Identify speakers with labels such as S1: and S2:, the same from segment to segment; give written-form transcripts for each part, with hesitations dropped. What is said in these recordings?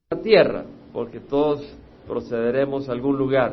S1: la tierra, porque todos procederemos a algún lugar.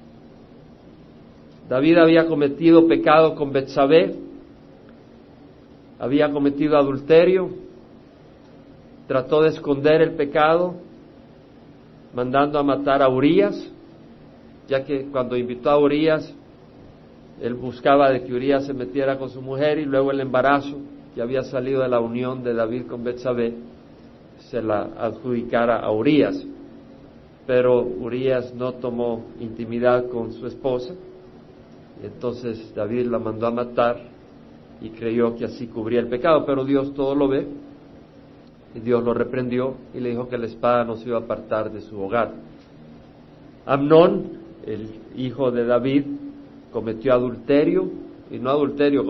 S1: David había cometido pecado con Betsabé, había cometido adulterio, trató de esconder el pecado, mandando a matar a Urías, ya que cuando invitó a Urías, él buscaba de que Urías se metiera con su mujer, y luego el embarazo que había salido de la unión de David con Betsabé se la adjudicara a Urías. Pero Urías no tomó intimidad con su esposa, y entonces David la mandó a matar y creyó que así cubría el pecado, pero Dios todo lo ve, y Dios lo reprendió y le dijo que la espada no se iba a apartar de su hogar. Amnón, el hijo de David, cometió adulterio, y no adulterio,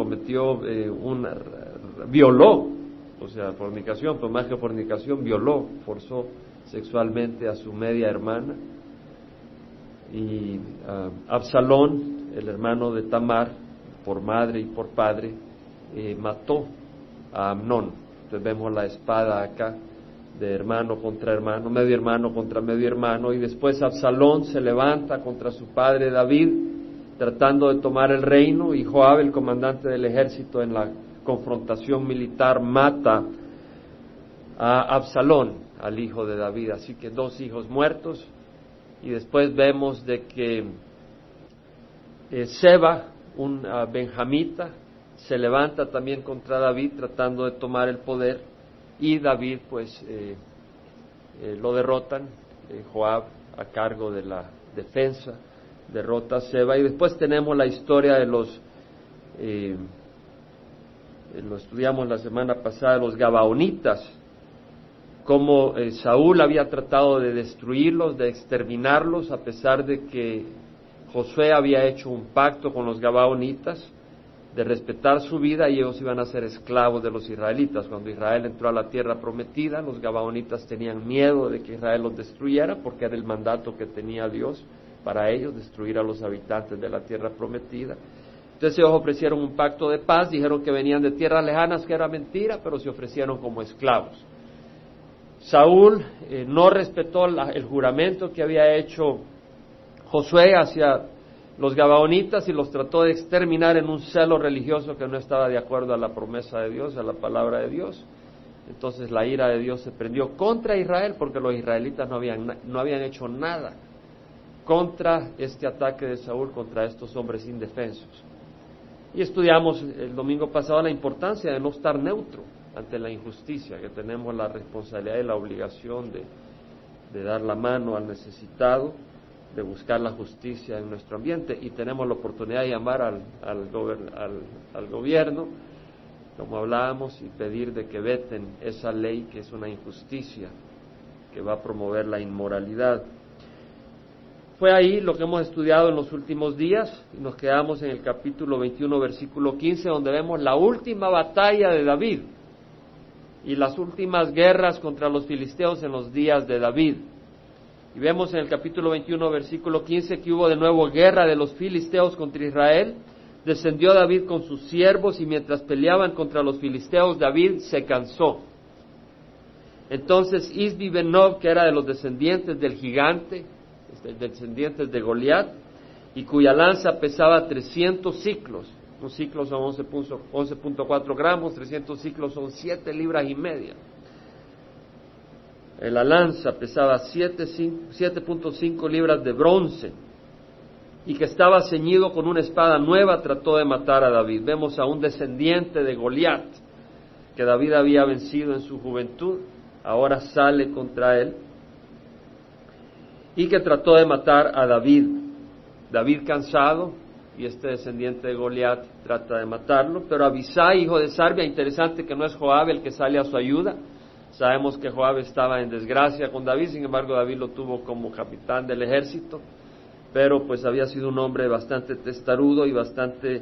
S1: violó, o sea, fornicación, pero más que fornicación, violó, forzó sexualmente a su media hermana. Y Absalón, el hermano de Tamar, por madre y por padre, mató a Amnón. Entonces vemos la espada acá, de hermano contra hermano, medio hermano contra medio hermano, y después Absalón se levanta contra su padre David, tratando de tomar el reino, y Joab, el comandante del ejército, en la confrontación militar, mata a Absalón, al hijo de David. Así que 2 hijos muertos, y después vemos de que Seba, un benjamita, se levanta también contra David, tratando de tomar el poder, y David pues lo derrotan. Joab, a cargo de la defensa, derrota a Seba. Y después tenemos la historia de lo estudiamos la semana pasada, los Gabaonitas, como Saúl había tratado de destruirlos, de exterminarlos, a pesar de que Josué había hecho un pacto con los Gabaonitas de respetar su vida, y ellos iban a ser esclavos de los israelitas. Cuando Israel entró a la tierra prometida, los Gabaonitas tenían miedo de que Israel los destruyera, porque era el mandato que tenía Dios para ellos, destruir a los habitantes de la tierra prometida. Entonces ellos ofrecieron un pacto de paz, dijeron que venían de tierras lejanas, que era mentira, pero se ofrecieron como esclavos. Saúl no respetó el juramento que había hecho Josué hacia los Gabaonitas, y los trató de exterminar en un celo religioso que no estaba de acuerdo a la promesa de Dios, a la palabra de Dios. Entonces la ira de Dios se prendió contra Israel, porque los israelitas no habían hecho nada contra este ataque de Saúl contra estos hombres indefensos. Y estudiamos el domingo pasado la importancia de no estar neutro ante la injusticia, que tenemos la responsabilidad y la obligación de dar la mano al necesitado, de buscar la justicia en nuestro ambiente, y tenemos la oportunidad de llamar al gobierno, como hablábamos, y pedir de que veten esa ley, que es una injusticia que va a promover la inmoralidad. Fue ahí lo que hemos estudiado en los últimos días, y nos quedamos en el capítulo 21, versículo 15, donde vemos la última batalla de David y las últimas guerras contra los filisteos en los días de David. Y vemos en el capítulo 21, versículo 15, que hubo de nuevo guerra de los filisteos contra Israel. Descendió David con sus siervos, y mientras peleaban contra los filisteos, David se cansó. Entonces Isbi ben Nob, que era de los descendientes del gigante, descendientes de Goliat, y cuya lanza pesaba 300 ciclos. Un ciclo son 11.4 gramos, 300 ciclos son 7 libras y media. La lanza pesaba 7.5 libras de bronce, y que estaba ceñido con una espada nueva, trató de matar a David. Vemos a un descendiente de Goliat, que David había vencido en su juventud, ahora sale contra él, y que trató de matar a David. David cansado, y este descendiente de Goliat trata de matarlo, pero Abisai, hijo de Sarbia, interesante que no es Joab el que sale a su ayuda. Sabemos que Joab estaba en desgracia con David, sin embargo David lo tuvo como capitán del ejército, pero pues había sido un hombre bastante testarudo y bastante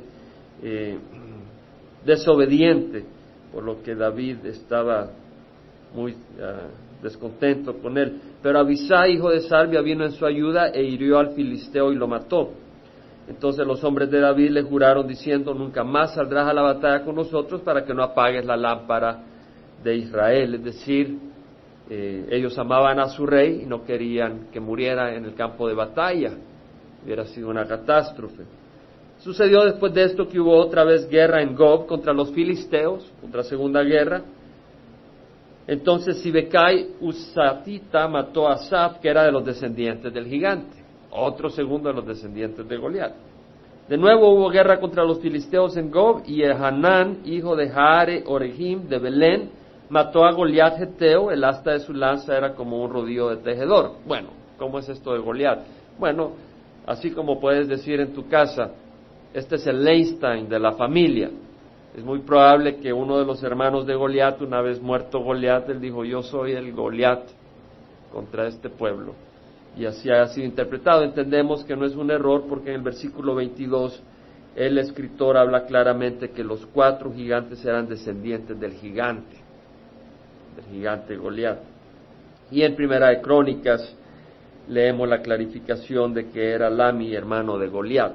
S1: desobediente, por lo que David estaba muy descontento con él. Pero Abisai, hijo de Sarbia, vino en su ayuda e hirió al filisteo y lo mató. Entonces los hombres de David le juraron diciendo: nunca más saldrás a la batalla con nosotros, para que no apagues la lámpara de Israel. Es decir, Ellos amaban a su rey y no querían que muriera en el campo de batalla. Hubiera sido una catástrofe. Sucedió después de esto que hubo otra vez guerra en Gob contra los filisteos, otra segunda guerra. Entonces Sibecai Husatita mató a Asaf, que era de los descendientes del gigante, otro segundo de los descendientes de Goliat. De nuevo hubo guerra contra los filisteos en Gob, y Hanán, hijo de Jaare Oregim de Belén, mató a Goliat Geteo. El asta de su lanza era como un rodillo de tejedor. Bueno, ¿cómo es esto de Goliat? Bueno, así como puedes decir en tu casa, este es el Einstein de la familia. Es muy probable que uno de los hermanos de Goliat, una vez muerto Goliat, él dijo, yo soy el Goliat contra este pueblo. Y así ha sido interpretado. Entendemos que no es un error, porque en el versículo 22 el escritor habla claramente que los 4 gigantes eran descendientes del gigante Goliat. Y en Primera de Crónicas leemos la clarificación de que era Lami, hermano de Goliat,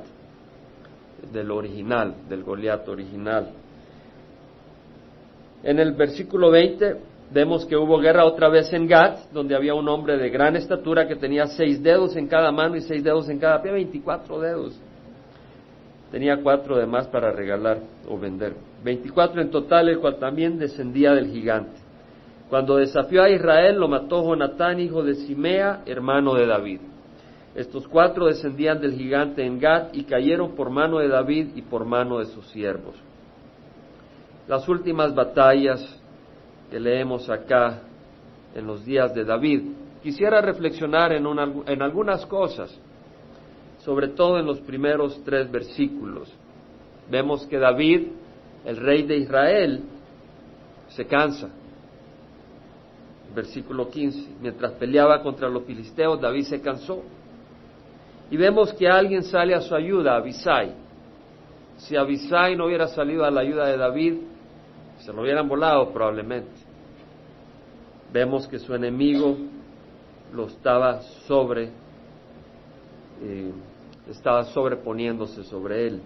S1: del Goliat original. En el versículo 20 vemos que hubo guerra otra vez en Gat, donde había un hombre de gran estatura que tenía 6 dedos en cada mano y 6 dedos en cada pie, 24 dedos. Tenía 4 de más para regalar o vender. 24 en total, el cual también descendía del gigante. Cuando desafió a Israel, lo mató Jonatán, hijo de Simea, hermano de David. Estos 4 descendían del gigante en Gat y cayeron por mano de David y por mano de sus siervos. Las últimas batallas que leemos acá en los días de David, quisiera reflexionar en algunas cosas, sobre todo en los primeros 3 versículos. Vemos que David, el rey de Israel, se cansa. Versículo 15, mientras peleaba contra los filisteos, David se cansó. Y vemos que alguien sale a su ayuda, Abisai. Si Abisai no hubiera salido a la ayuda de David, se lo hubieran volado probablemente. Vemos que su enemigo lo estaba sobreponiéndose sobre él.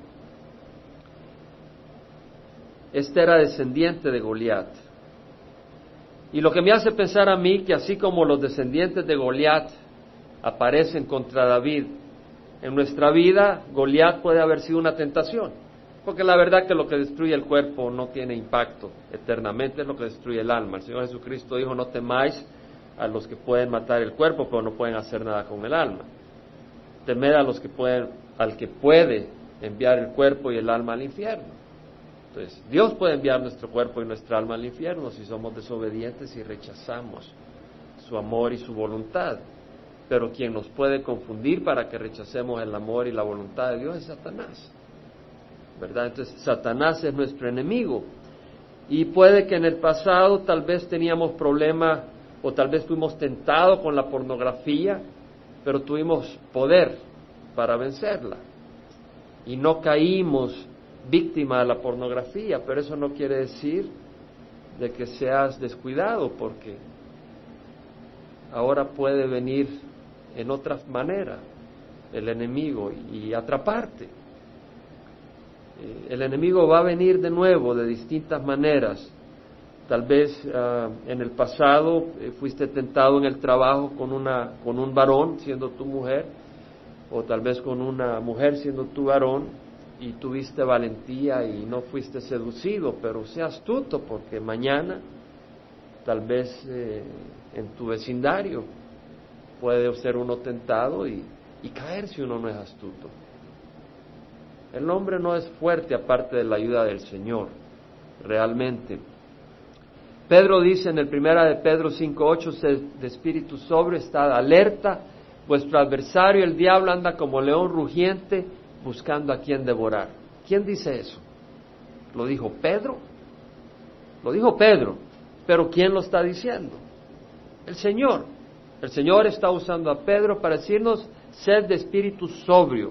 S1: Este era descendiente de Goliat. Y lo que me hace pensar a mí que así como los descendientes de Goliat aparecen contra David, en nuestra vida Goliat puede haber sido una tentación, porque la verdad que lo que destruye el cuerpo no tiene impacto eternamente, es lo que destruye el alma. El Señor Jesucristo dijo, no temáis a los que pueden matar el cuerpo, pero no pueden hacer nada con el alma. Temed al que puede enviar el cuerpo y el alma al infierno. Entonces, Dios puede enviar nuestro cuerpo y nuestra alma al infierno si somos desobedientes y rechazamos su amor y su voluntad. Pero quien nos puede confundir para que rechacemos el amor y la voluntad de Dios es Satanás, ¿verdad? Entonces, Satanás es nuestro enemigo. Y puede que en el pasado tal vez teníamos problemas o tal vez fuimos tentados con la pornografía, pero tuvimos poder para vencerla. Y no caímos víctima de la pornografía, pero eso no quiere decir de que seas descuidado, porque ahora puede venir en otra manera el enemigo y atraparte. El enemigo va a venir de nuevo de distintas maneras. Tal vez en el pasado fuiste tentado en el trabajo con un varón siendo tu mujer, o tal vez con una mujer siendo tu varón, y tuviste valentía y no fuiste seducido, pero sea astuto, porque mañana tal vez en tu vecindario puede ser uno tentado y caer si uno no es astuto. El hombre no es fuerte aparte de la ayuda del Señor, realmente. Pedro dice en el 1 de Pedro 5:8, sed de espíritu sobrio, estad alerta, vuestro adversario el diablo anda como león rugiente buscando a quien devorar. ¿Quién dice eso? ¿Lo dijo Pedro? Lo dijo Pedro, pero ¿quién lo está diciendo? El Señor. El Señor está usando a Pedro para decirnos, sed de espíritu sobrio.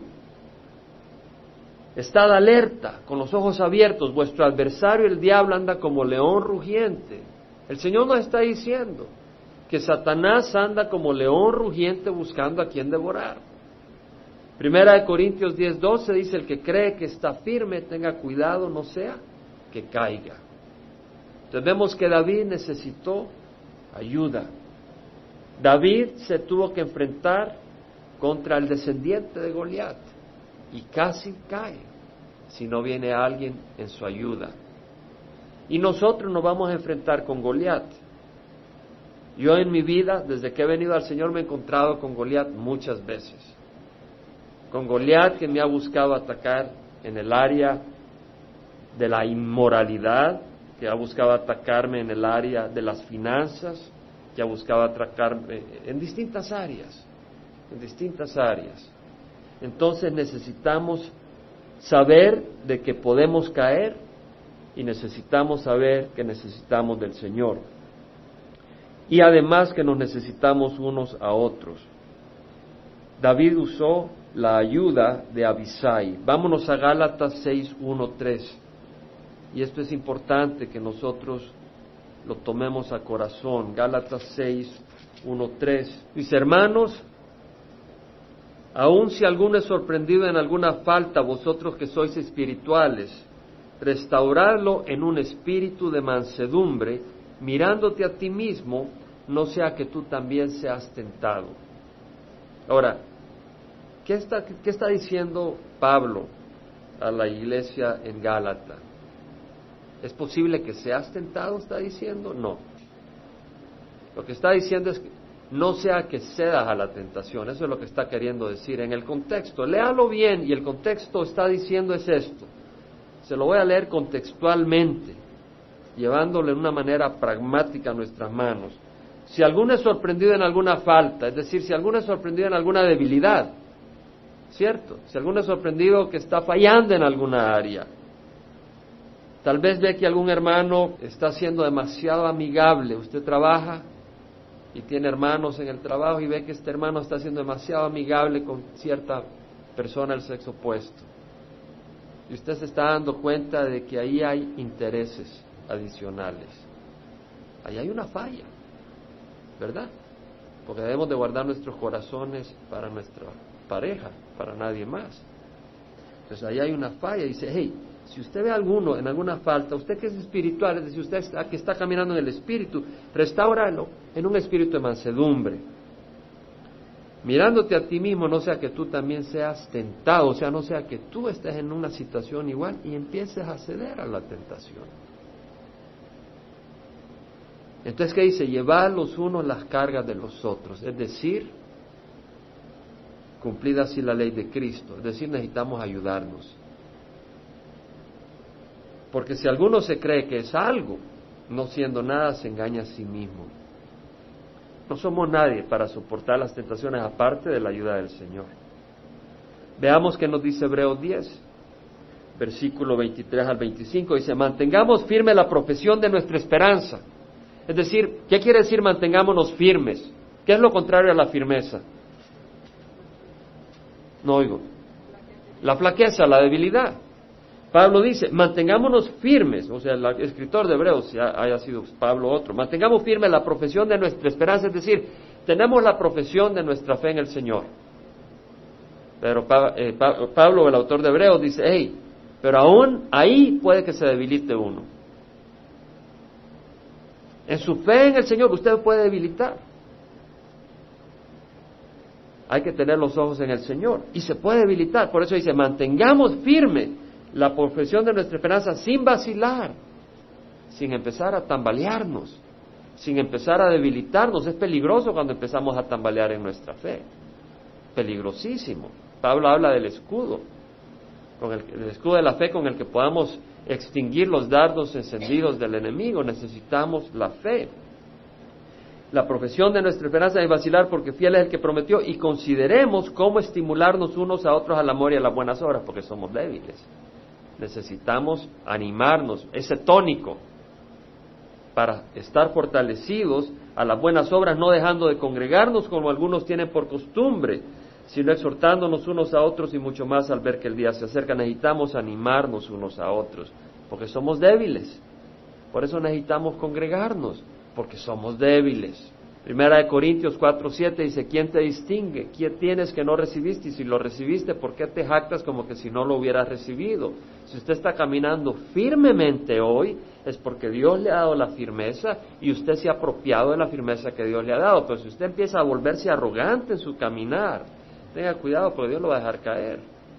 S1: Estad alerta, con los ojos abiertos, vuestro adversario el diablo anda como león rugiente. El Señor nos está diciendo que Satanás anda como león rugiente buscando a quien devorar. 1 Corintios 10:12 dice, el que cree que está firme, tenga cuidado, no sea que caiga. Entonces vemos que David necesitó ayuda David se tuvo que enfrentar contra el descendiente de Goliat y casi cae si no viene alguien en su ayuda. Y nosotros nos vamos a enfrentar con Goliat. Yo en mi vida, desde que he venido al Señor, me he encontrado con Goliat muchas veces. Con Goliat que me ha buscado atacar en el área de la inmoralidad, que ha buscado atacarme en el área de las finanzas, que ha buscado atacarme en distintas áreas. Entonces necesitamos saber de que podemos caer y necesitamos saber que necesitamos del Señor. Y además que nos necesitamos unos a otros. David usó la ayuda de Abisai. Vámonos a Gálatas 6:1-3. Y esto es importante que nosotros lo tomemos a corazón. Gálatas 6:1-3. Dice, hermanos, aun si alguno es sorprendido en alguna falta, vosotros que sois espirituales, restauradlo en un espíritu de mansedumbre, mirándote a ti mismo, no sea que tú también seas tentado. Ahora, ¿qué está diciendo Pablo a la iglesia en Gálata? ¿Es posible que seas tentado? ¿Está diciendo? No. Lo que está diciendo es que no sea que cedas a la tentación. Eso es lo que está queriendo decir en el contexto. Léalo bien, y el contexto está diciendo es esto. Se lo voy a leer contextualmente, llevándole de una manera pragmática a nuestras manos. Si alguno es sorprendido en alguna falta, es decir, si alguno es sorprendido en alguna debilidad, ¿cierto? Si alguno es sorprendido que está fallando en alguna área, tal vez ve que algún hermano está siendo demasiado amigable. Usted trabaja y tiene hermanos en el trabajo y ve que este hermano está siendo demasiado amigable con cierta persona del sexo opuesto. Y usted se está dando cuenta de que ahí hay intereses adicionales. Ahí hay una falla, ¿verdad? Porque debemos de guardar nuestros corazones para nuestra pareja, para nadie más. Entonces ahí hay una falla. Dice, hey, si usted ve a alguno en alguna falta, usted que es espiritual, es decir, usted que está caminando en el espíritu, restáuralo en un espíritu de mansedumbre, mirándote a ti mismo, no sea que tú también seas tentado, o sea, no sea que tú estés en una situación igual y empieces a ceder a la tentación. Entonces, ¿qué dice? Llevad los unos las cargas de los otros, es decir, cumplida así la ley de Cristo, es decir, necesitamos ayudarnos. Porque si alguno se cree que es algo, no siendo nada, se engaña a sí mismo. No somos nadie para soportar las tentaciones aparte de la ayuda del Señor. Veamos qué nos dice Hebreos 10, versículo 23 al 25. Dice, mantengamos firme la profesión de nuestra esperanza. Es decir, ¿qué quiere decir mantengámonos firmes? ¿Qué es lo contrario a la firmeza? No oigo. La flaqueza, la debilidad. Pablo dice, mantengámonos firmes, o sea, el escritor de Hebreos, si haya sido Pablo otro, mantengamos firme la profesión de nuestra esperanza, es decir, tenemos la profesión de nuestra fe en el Señor. Pero Pablo, el autor de Hebreos, dice, hey, pero aún ahí puede que se debilite uno. En su fe en el Señor usted puede debilitar. Hay que tener los ojos en el Señor y se puede debilitar. Por eso dice, mantengamos firme la profesión de nuestra esperanza sin vacilar, sin empezar a tambalearnos, sin empezar a debilitarnos. Es peligroso cuando empezamos a tambalear en nuestra fe. Peligrosísimo. Pablo habla del escudo, el escudo de la fe con el que podamos extinguir los dardos encendidos del enemigo. Necesitamos la fe. La profesión de nuestra esperanza es vacilar, porque fiel es el que prometió, y consideremos cómo estimularnos unos a otros al amor y a las buenas obras, porque somos débiles. Necesitamos animarnos, ese tónico, para estar fortalecidos a las buenas obras, no dejando de congregarnos como algunos tienen por costumbre, sino exhortándonos unos a otros, y mucho más al ver que el día se acerca. Necesitamos animarnos unos a otros, porque somos débiles. Por eso necesitamos congregarnos, porque somos débiles. Primera de Corintios 4:7 dice, ¿quién te distingue? ¿Quién tienes que no recibiste? Y si lo recibiste, ¿por qué te jactas como que si no lo hubieras recibido? Si usted está caminando firmemente hoy, es porque Dios le ha dado la firmeza y usted se ha apropiado de la firmeza que Dios le ha dado. Pero si usted empieza a volverse arrogante en su caminar, tenga cuidado porque Dios lo va a dejar caer.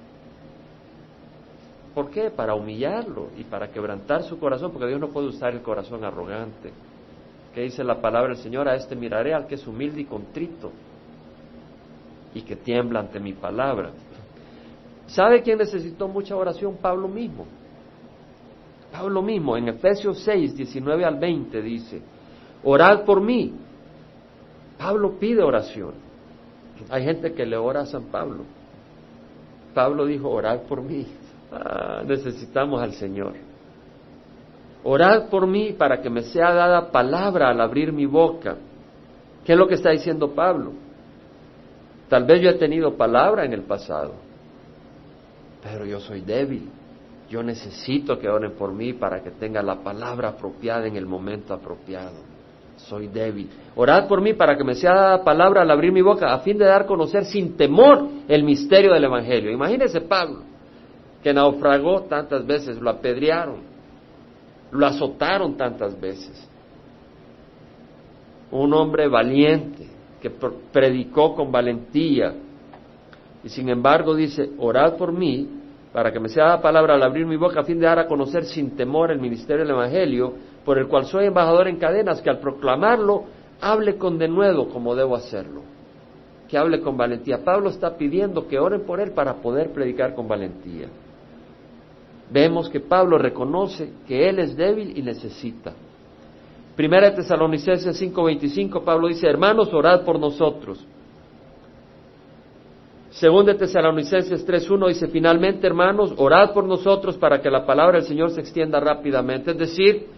S1: ¿Por qué? Para humillarlo y para quebrantar su corazón, porque Dios no puede usar el corazón arrogante. ¿Qué dice la palabra del Señor? A este miraré, al que es humilde y contrito y que tiembla ante mi palabra. ¿Sabe quién necesitó mucha oración? Pablo mismo. Pablo mismo, en Efesios 6, 19 al 20 dice, orad por mí. Pablo pide oración. Hay gente que le ora a San Pablo. Pablo dijo, orad por mí. Necesitamos al Señor. Orad por mí para que me sea dada palabra al abrir mi boca. ¿Qué es lo que está diciendo Pablo? Tal vez yo he tenido palabra en el pasado, pero yo soy débil. Yo necesito que oren por mí para que tenga la palabra apropiada en el momento apropiado. Soy débil. Orad por mí para que me sea dada palabra al abrir mi boca, a fin de dar a conocer sin temor el misterio del Evangelio. Imagínese Pablo, que naufragó tantas veces, lo apedrearon, lo azotaron tantas veces. Un hombre valiente que predicó con valentía y sin embargo dice, orad por mí para que me sea dada palabra al abrir mi boca a fin de dar a conocer sin temor el ministerio del Evangelio, por el cual soy embajador en cadenas, que al proclamarlo hable con denuedo como debo hacerlo, que hable con valentía. Pablo está pidiendo que oren por él para poder predicar con valentía. Vemos que Pablo reconoce que él es débil y necesita. Primera de Tesalonicenses 5:25, Pablo dice, hermanos, orad por nosotros. Segunda de Tesalonicenses 3:1 dice, finalmente, hermanos, orad por nosotros para que la palabra del Señor se extienda rápidamente. Es decir,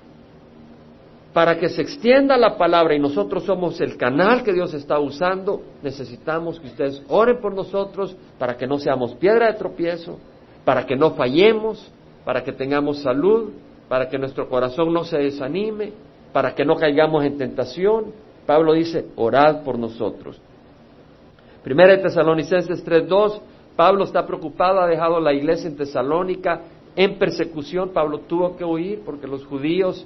S1: para que se extienda la palabra y nosotros somos el canal que Dios está usando, necesitamos que ustedes oren por nosotros para que no seamos piedra de tropiezo, para que no fallemos, para que tengamos salud, para que nuestro corazón no se desanime, para que no caigamos en tentación. Pablo dice, orad por nosotros. Primera de Tesalonicenses 3:2, Pablo está preocupado, ha dejado la iglesia en Tesalónica en persecución. Pablo tuvo que huir porque los judíos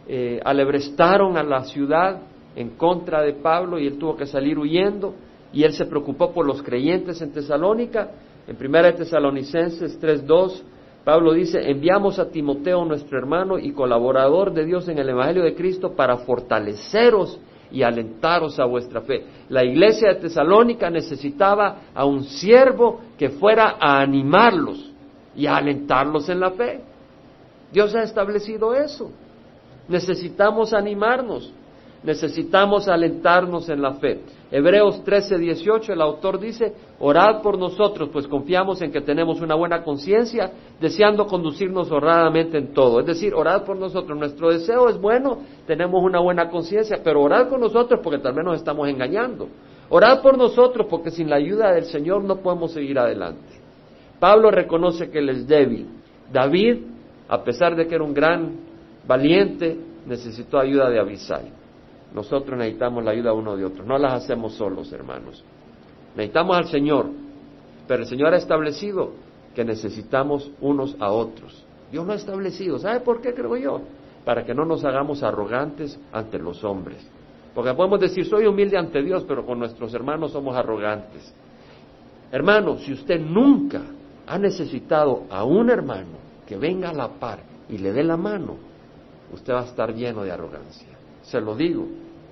S1: alebrestaron a la ciudad en contra de Pablo y él tuvo que salir huyendo, y él se preocupó por los creyentes en Tesalónica. En Primera de Tesalonicenses 3:2, Pablo dice, enviamos a Timoteo, nuestro hermano y colaborador de Dios en el Evangelio de Cristo, para fortaleceros y alentaros a vuestra fe. La iglesia de Tesalónica necesitaba a un siervo que fuera a animarlos y a alentarlos en la fe. Dios ha establecido eso. Necesitamos animarnos, necesitamos alentarnos en la fe. Hebreos 13:18, el autor dice, orad por nosotros, pues confiamos en que tenemos una buena conciencia, deseando conducirnos honradamente en todo. Es decir, orad por nosotros, nuestro deseo es bueno, tenemos una buena conciencia, pero orad por nosotros porque tal vez nos estamos engañando. Orad por nosotros porque sin la ayuda del Señor no podemos seguir adelante. Pablo reconoce que él es débil. David, a pesar de que era un gran valiente, necesitó ayuda de Abisai. Nosotros necesitamos la ayuda uno de otro, no las hacemos solos, hermanos. Necesitamos al Señor, pero el Señor ha establecido que necesitamos unos a otros. Dios lo ha establecido. ¿Sabe por qué, creo yo? Para que no nos hagamos arrogantes ante los hombres. Porque podemos decir, soy humilde ante Dios, pero con nuestros hermanos somos arrogantes. Hermano, si usted nunca ha necesitado a un hermano que venga a la par y le dé la mano, usted va a estar lleno de arrogancia. Se lo digo.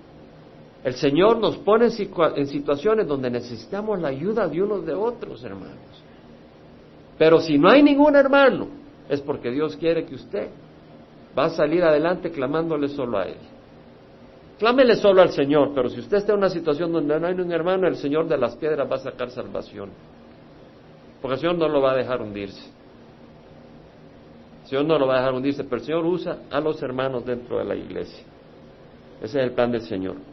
S1: El Señor nos pone en situaciones donde necesitamos la ayuda de unos de otros, hermanos. Pero si no hay ningún hermano, es porque Dios quiere que usted va a salir adelante clamándole solo a Él. Clámele solo al Señor, pero si usted está en una situación donde no hay un hermano, el Señor de las piedras va a sacar salvación. Porque el Señor no lo va a dejar hundirse. El Señor no lo va a dejar hundirse, pero el Señor usa a los hermanos dentro de la iglesia. Ese es el plan del Señor.